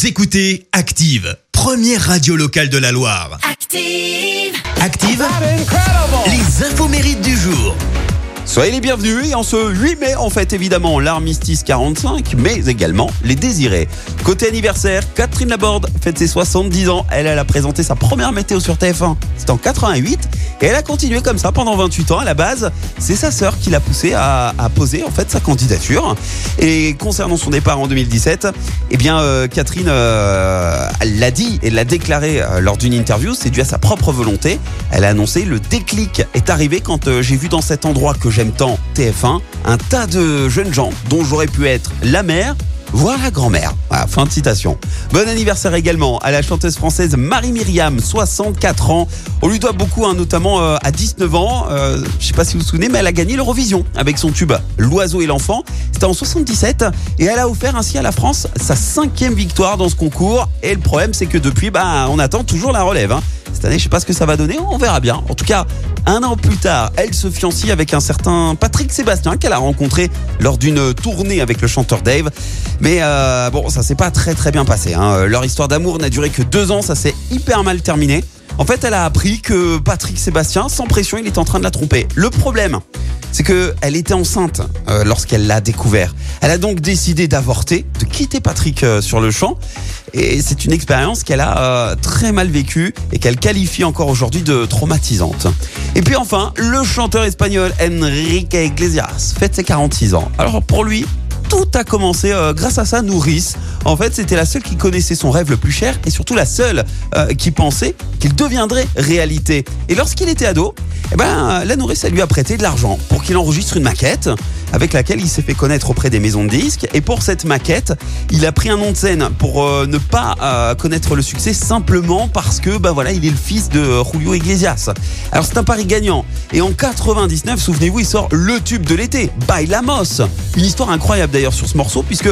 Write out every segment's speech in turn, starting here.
Vous écoutez Active, première radio locale de la Loire. Active, Active, les infos mérites du jour. Soyez les bienvenus et en ce 8 mai, on fête évidemment l'armistice 45, mais également les désirés. Côté anniversaire, Catherine Laborde fête ses 70 ans. Elle a présenté sa première météo sur TF1. C'était en 88 et elle a continué comme ça pendant 28 ans. À la base, c'est sa sœur qui l'a poussée à poser en fait sa candidature. Et concernant son départ en 2017, eh bien Catherine elle l'a dit et l'a déclaré lors d'une interview, c'est dû à sa propre volonté. Elle a annoncé: le déclic est arrivé quand j'ai vu dans cet endroit que j'aime tant, TF1, un tas de jeunes gens dont j'aurais pu être la mère, voire la grand-mère. Voilà, fin de citation. Bon anniversaire également à la chanteuse française Marie-Myriam, 64 ans. On lui doit beaucoup, notamment à 19 ans. Je sais pas si vous vous souvenez, mais elle a gagné l'Eurovision avec son tube L'Oiseau et l'Enfant. C'était en 77 et elle a offert ainsi à la France sa 5e victoire dans ce concours. Et le problème, c'est que depuis, on attend toujours la relève. Cette année, je sais pas ce que ça va donner, on verra bien. En tout cas, un an plus tard, elle se fiancie avec un certain Patrick Sébastien qu'elle a rencontré lors d'une tournée avec le chanteur Dave. Mais ça s'est pas très bien passé. Leur histoire d'amour n'a duré que 2 ans, ça s'est hyper mal terminé. En fait, elle a appris que Patrick Sébastien, sans pression, il était en train de la tromper. Le problème, c'est qu'elle était enceinte lorsqu'elle l'a découvert. Elle a donc décidé d'avorter, de quitter Patrick sur le champ. Et c'est une expérience qu'elle a très mal vécue et qu'elle qualifie encore aujourd'hui de traumatisante. Et puis enfin, le chanteur espagnol Enrique Iglesias fête ses 46 ans. Alors pour lui, tout a commencé grâce à sa nourrice. En fait, c'était la seule qui connaissait son rêve le plus cher et surtout la seule qui pensait qu'il deviendrait réalité. Et lorsqu'il était ado, la nourrice, elle lui a prêté de l'argent pour qu'il enregistre une maquette avec laquelle il s'est fait connaître auprès des maisons de disques. Et pour cette maquette, il a pris un nom de scène pour ne pas connaître le succès simplement parce que il est le fils de Julio Iglesias. Alors c'est un pari gagnant. Et en 99, souvenez-vous, il sort le tube de l'été, Bailamos. Une histoire incroyable d'ailleurs sur ce morceau puisque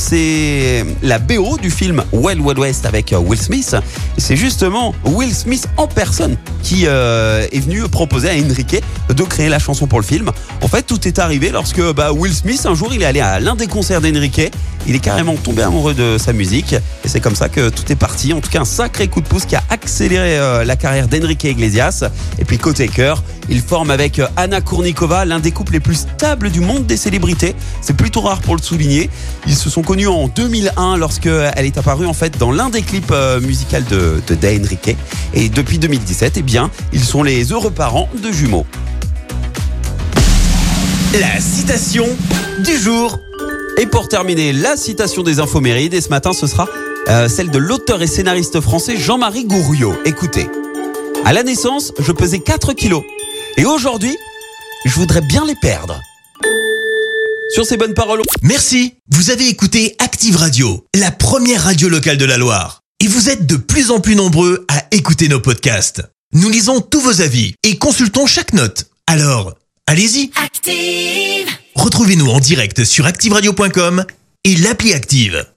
c'est la BO du film Wild Wild West avec Will Smith. Et c'est justement Will Smith en personne qui est venu proposer à Enrique de créer la chanson pour le film. En fait, tout est arrivé lorsque Will Smith, un jour, il est allé à l'un des concerts d'Enrique. Il est carrément tombé amoureux de sa musique. Et c'est comme ça que tout est parti. En tout cas, un sacré coup de pouce qui a accéléré la carrière d'Enrique Iglesias. Et puis, côté cœur, il forme avec Anna Kournikova l'un des couples les plus stables du monde des célébrités. C'est plutôt rare pour le souligner. Ils se sont connus en 2001 lorsqu'elle est apparue en fait dans l'un des clips musicaux de Enrique. Et depuis 2017, ils sont les heureux parents de jumeaux. La citation du jour. Et pour terminer, la citation des infos mérites. Et ce matin, ce sera celle de l'auteur et scénariste français Jean-Marie Gourriot. Écoutez. À la naissance, je pesais 4 kilos. Et aujourd'hui, je voudrais bien les perdre. Sur ces bonnes paroles. Merci. Vous avez écouté Active Radio, la première radio locale de la Loire. Et vous êtes de plus en plus nombreux à écouter nos podcasts. Nous lisons tous vos avis et consultons chaque note. Alors, allez-y. Active. Retrouvez-nous en direct sur activeradio.com et l'appli Active.